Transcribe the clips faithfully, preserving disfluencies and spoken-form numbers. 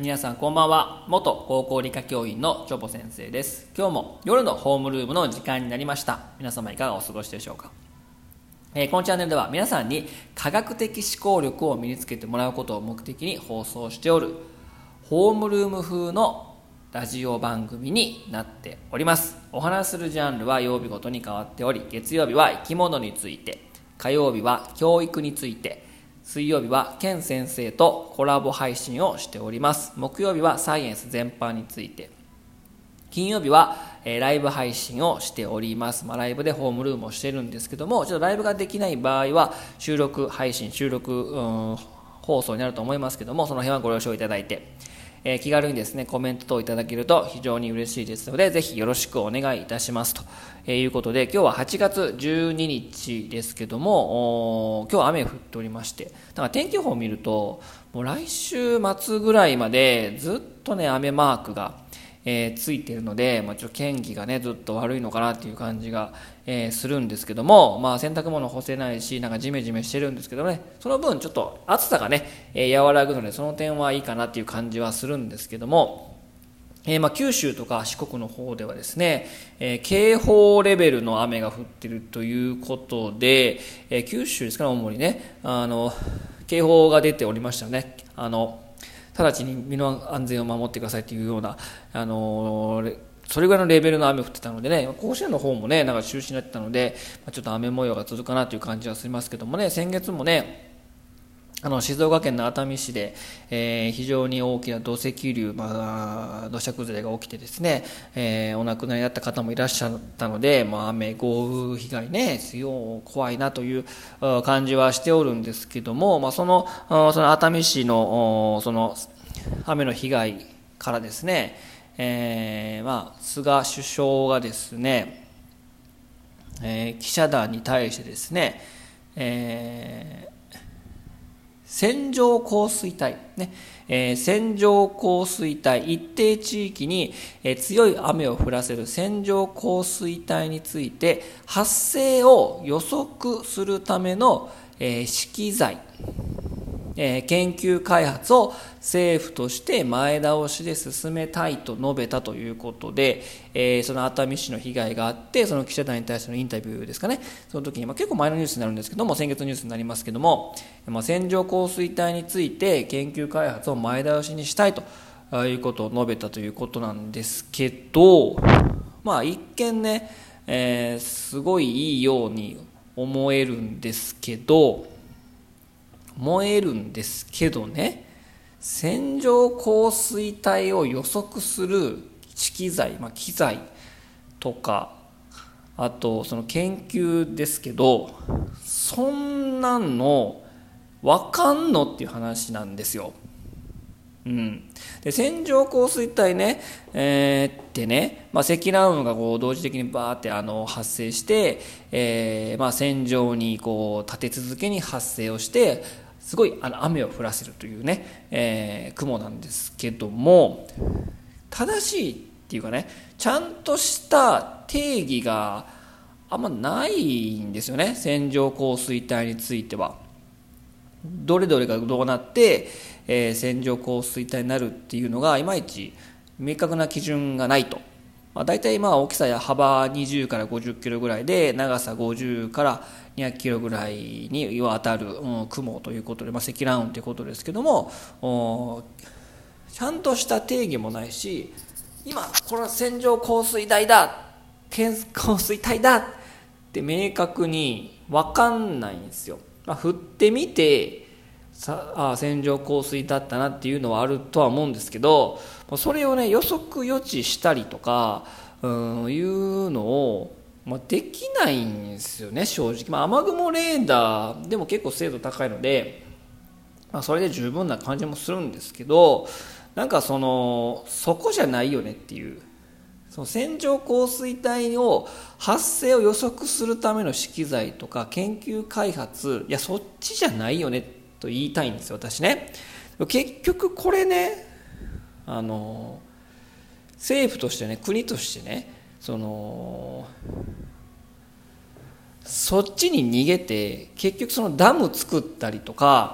皆さんこんばんは。元高校理科教員のチョボ先生です。今日も夜のホームルームの時間になりました。皆様いかがお過ごしでしょうか。えー、このチャンネルでは皆さんに科学的思考力を身につけてもらうことを目的に放送しておるホームルーム風のラジオ番組になっております。お話しするジャンルは曜日ごとに変わっており、月曜日は生き物について、火曜日は教育について、水曜日はケン先生とコラボ配信をしております。木曜日はサイエンス全般について、金曜日は、えー、ライブ配信をしております。まあ、ライブでホームルームをしてるんですけども、ちょっとライブができない場合は収録配信収録、うん、放送になると思いますけども、その辺はご了承いただいて、えー、気軽にですねコメント等いただけると非常に嬉しいですので、ぜひよろしくお願いいたしますと、えー、いうことで、今日ははちがつじゅうににちですけども、今日は雨降っておりまして、だから天気予報を見るともう来週末ぐらいまでずっとね雨マークがえー、ついているので、まあ、ちょっと天気がねずっと悪いのかなっていう感じが、えー、するんですけども、まあ、洗濯物干せないし、なんかジメジメしてるんですけどね、その分ちょっと暑さがね、えー、和らぐので、その点はいいかなっていう感じはするんですけども、えーまあ、九州とか四国の方ではですね、えー、警報レベルの雨が降っているということで、えー、九州ですから主にね、あの警報が出ておりましたね。あの直ちに身の安全を守ってくださいというような、あのー、それぐらいのレベルの雨降ってたのでね、甲子園の方もねなんか中止になってたので、ちょっと雨模様が続くかなという感じはしますけどもね、先月もねあの静岡県の熱海市で、えー、非常に大きな土石流、まあ、土砂崩れが起きてですね、えー、お亡くなりになった方もいらっしゃったので、まあ、雨豪雨被害ね強怖いなという感じはしておるんですけども、まあ、そのその熱海市のその雨の被害からですね、えーまあ、菅首相がですね、えー、記者団に対してですね、えー線状降水帯、ねえー、線状降水帯、一定地域に、えー、強い雨を降らせる線状降水帯について発生を予測するための、えー、資機材、えー、研究開発を政府として前倒しで進めたいと述べたということで、えー、その熱海市の被害があって、その記者団に対してのインタビューですかね、その時に、まあ、結構前のニュースになるんですけども、先月のニュースになりますけども、まあ、線状降水帯について研究開発を前倒しにしたいということを述べたということなんですけど、まあ一見ね、えー、すごいいいように思えるんですけど思えるんですけどね、線状降水帯を予測する機材、まあ、機材とか、あとその研究ですけど、そんなんの分かんのっていう話なんですよ。うん、で線状降水帯ね、えー、ってね、まあ、積乱雲がこう同時的にバーってあの発生して、えーまあ、線状にこう立て続けに発生をしてすごいあの雨を降らせるというね、えー、雲なんですけども、正しいっていうかね、ちゃんとした定義があんまないんですよね。線状降水帯についてはどれどれがどうなって、えー、線状降水帯になるっていうのがいまいち明確な基準がないと。まあ、大体まあ大きさや幅にじゅうからごじゅっキロぐらいで、長さごじゅうからにひゃくキロぐらいにわたる、うん、雲ということで、まあ、積乱雲ということですけども、ちゃんとした定義もないし、今これは線状降水帯だ、降水帯だって明確に分かんないんですよ。まあ、降ってみてさあ線状降水だったなっていうのはあるとは思うんですけど、それをね予測予知したりとか、うん、いうのを、まあ、できないんですよね正直。まあ、雨雲レーダーでも結構精度高いので、まあ、それで十分な感じもするんですけど、なんかそのそこじゃないよねっていう、その線状降水帯を発生を予測するための資機材とか研究開発、いやそっちじゃないよねと言いたいんですよ私ね。結局これね、あの政府としてね、国としてね、そのそっちに逃げて結局そのダム作ったりとか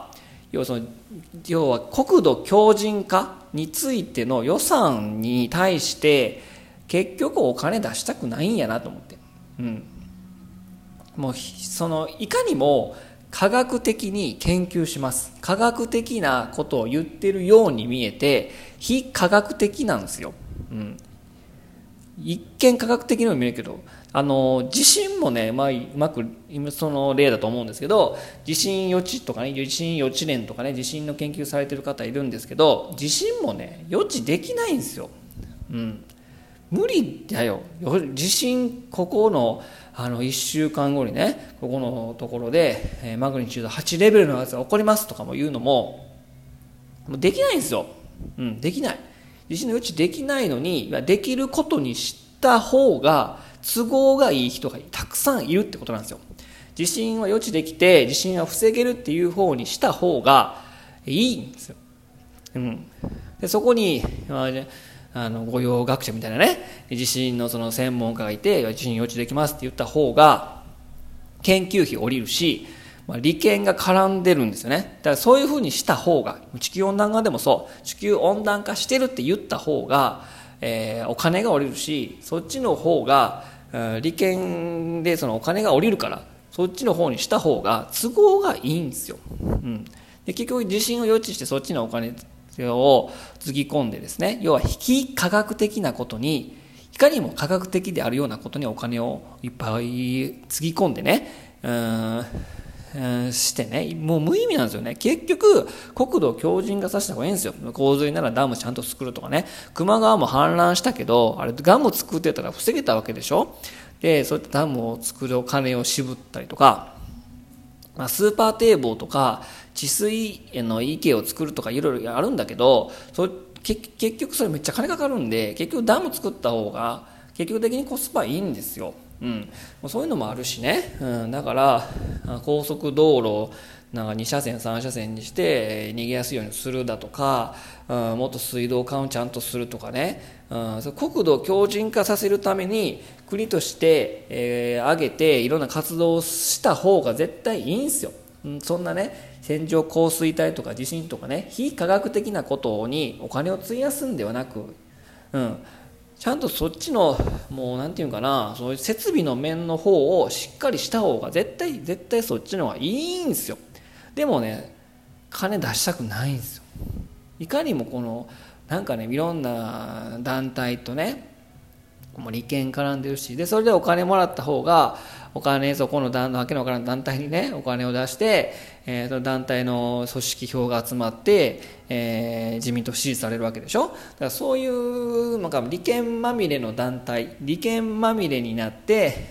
要はその要は国土強靭化についての予算に対して結局お金出したくないんやなと思って、うん、もうそのいかにも科学的に研究します、科学的なことを言ってるように見えて非科学的なんですよ、うん、一見科学的にも見えるけど、あの地震もね、まあ、うまくその例だと思うんですけど、地震予知とかね、地震予知連とかね、地震の研究されてる方いるんですけど、地震もね予知できないんですよ、うん、無理だよ。地震ここのあのいっしゅうかんごにね、ここのところで、えー、マグニチュードはちレベルのやつが起こりますとかも言うのももうできないんですよ、うん、できない。地震の予知できないのにできることにした方が都合がいい人がたくさんいるってことなんですよ。地震は予知できて地震は防げるっていう方にした方がいいんですよ、うん、でそこに、まああの御用学者みたいなね、地震のその専門家がいて地震予知できますって言った方が研究費下りるし、まあ、利権が絡んでるんですよね。だからそういうふうにした方が、地球温暖化でもそう地球温暖化してるって言った方が、えー、お金が下りるし、そっちの方が、えー、利権でそのお金が下りるからそっちの方にした方が都合がいいんですよ、うん、で結局地震を予知してそっちのお金をつぎ込んでですね、要は非科学的なことにいかにも科学的であるようなことにお金をいっぱいつぎ込んでね、うーんしてね、もう無意味なんですよね。結局国土を強靭化させた方がいいんですよ。洪水ならダムちゃんと作るとかね、球磨川も氾濫したけどあれダム作ってたら防げたわけでしょ。でそういったダムを作るお金を渋ったりとか、まあ、スーパー堤防とか治水の池を作るとかいろいろあるんだけど、そ結局それめっちゃ金かかるんで、結局ダム作った方が結局的にコスパいいんですよ、うん、そういうのもあるしね、うん、だから高速道路をなんかに車線さん車線にして逃げやすいようにするだとか、うん、もっと水道管をちゃんとするとかね、うん、国土を強靭化させるために国として、えー、上げていろんな活動をした方が絶対いいんですよ、うん、そんなね線状降水帯とか地震とかね非科学的なことにお金を費やすんではなく、うん、ちゃんとそっちのもうなんていうかな、そういう設備の面の方をしっかりした方が絶対絶対そっちの方がいいんですよ。でもね金出したくないんですよ。いかにもこのなんかねいろんな団体とねもう利権絡んでるし、でそれでお金もらった方がお金そこの団わけのわからん団体にねお金を出して、えー、その団体の組織票が集まって、えー、自民党支持されるわけでしょ。だからそういうなんか利権まみれの団体、利権まみれになって、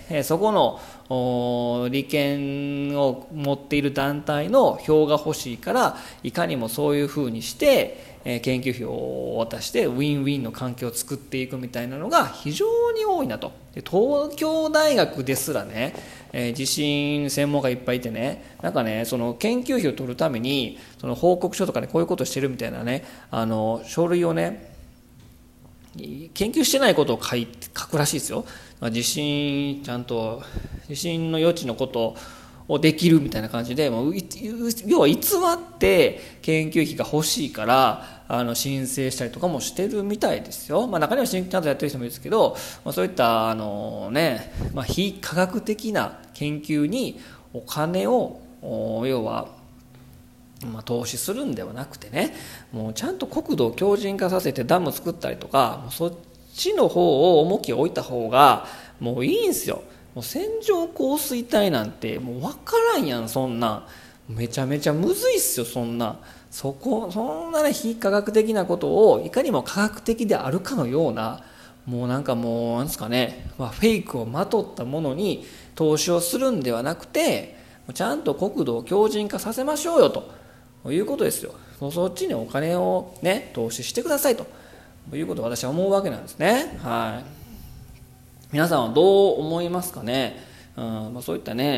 えー、そこの利権を持っている団体の票が欲しいから、いかにもそういうふうにして研究費を渡してウィンウィンの環境を作っていくみたいなのが非常に多いなと。で東京大学ですらね、えー、地震専門家いっぱいいてね、なんかねその研究費を取るためにその報告書とかでこういうことしてるみたいなね、あの書類をね研究してないことを書い書くらしいですよ。地震ちゃんと地震の予知のことをできるみたいな感じで、もう要は偽って研究費が欲しいからあの申請したりとかもしてるみたいですよ。まあ、中にはちゃんとやってる人もいるんですけど、まあ、そういったあの、ねまあ、非科学的な研究にお金を要は、まあ、投資するんではなくてね、もうちゃんと国土を強靭化させてダム作ったりとか、そっちの方を重きを置いた方がもういいんですよ。もう線状降水帯なんてもう分からんやん。そんなめちゃめちゃむずいっすよ。そんなそこそんなね非科学的なことをいかにも科学的であるかのような、もうなんかもうなんですかね、まあ、フェイクをまとったものに投資をするんではなくて、ちゃんと国土を強靭化させましょうよということですよ。そっちにお金をね投資してくださいということを私は思うわけなんですね。はい。皆さんはどう思いますかね。うんまあ、そういったね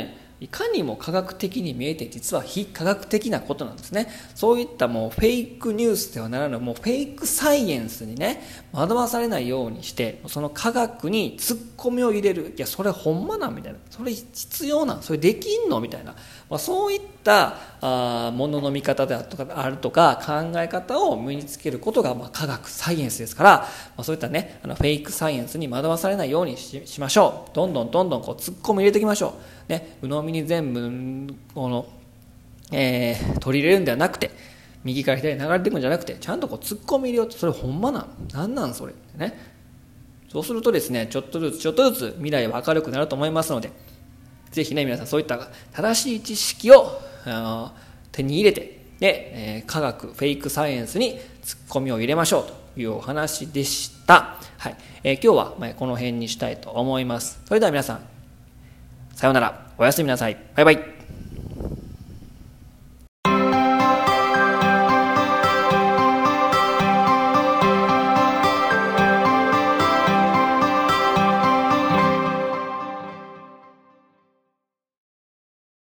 いかにも科学的に見えて実は非科学的なことなんですね。そういったもうフェイクニュースではならぬもうフェイクサイエンスにね惑わされないようにして、その科学にツッコミを入れる、いやそれほんまなんみたいな、それ必要なん、それできんのみたいな、まあ、そういったあものの見方であるとか、あるとか考え方を身につけることがまあ科学サイエンスですから、まあ、そういったねあのフェイクサイエンスに惑わされないように し, しましょう。どんどんどんどんこうツッコミ入れていきましょう、ね、鵜呑みに全部この、えー、取り入れるんではなくて、右から左に流れていくんじゃなくて、ちゃんとこうツッコミ入れようと、それほんまなんなんなんそれってね。そうするとですね、ちょっとずつちょっとずつ未来は明るくなると思いますので、ぜひね皆さんそういった正しい知識をあ手に入れて、で、えー、科学フェイクサイエンスにツッコミを入れましょうというお話でした。はい、えー、今日はまあこの辺にしたいと思います。それでは皆さんさようなら、おやすみなさい、バイバイ。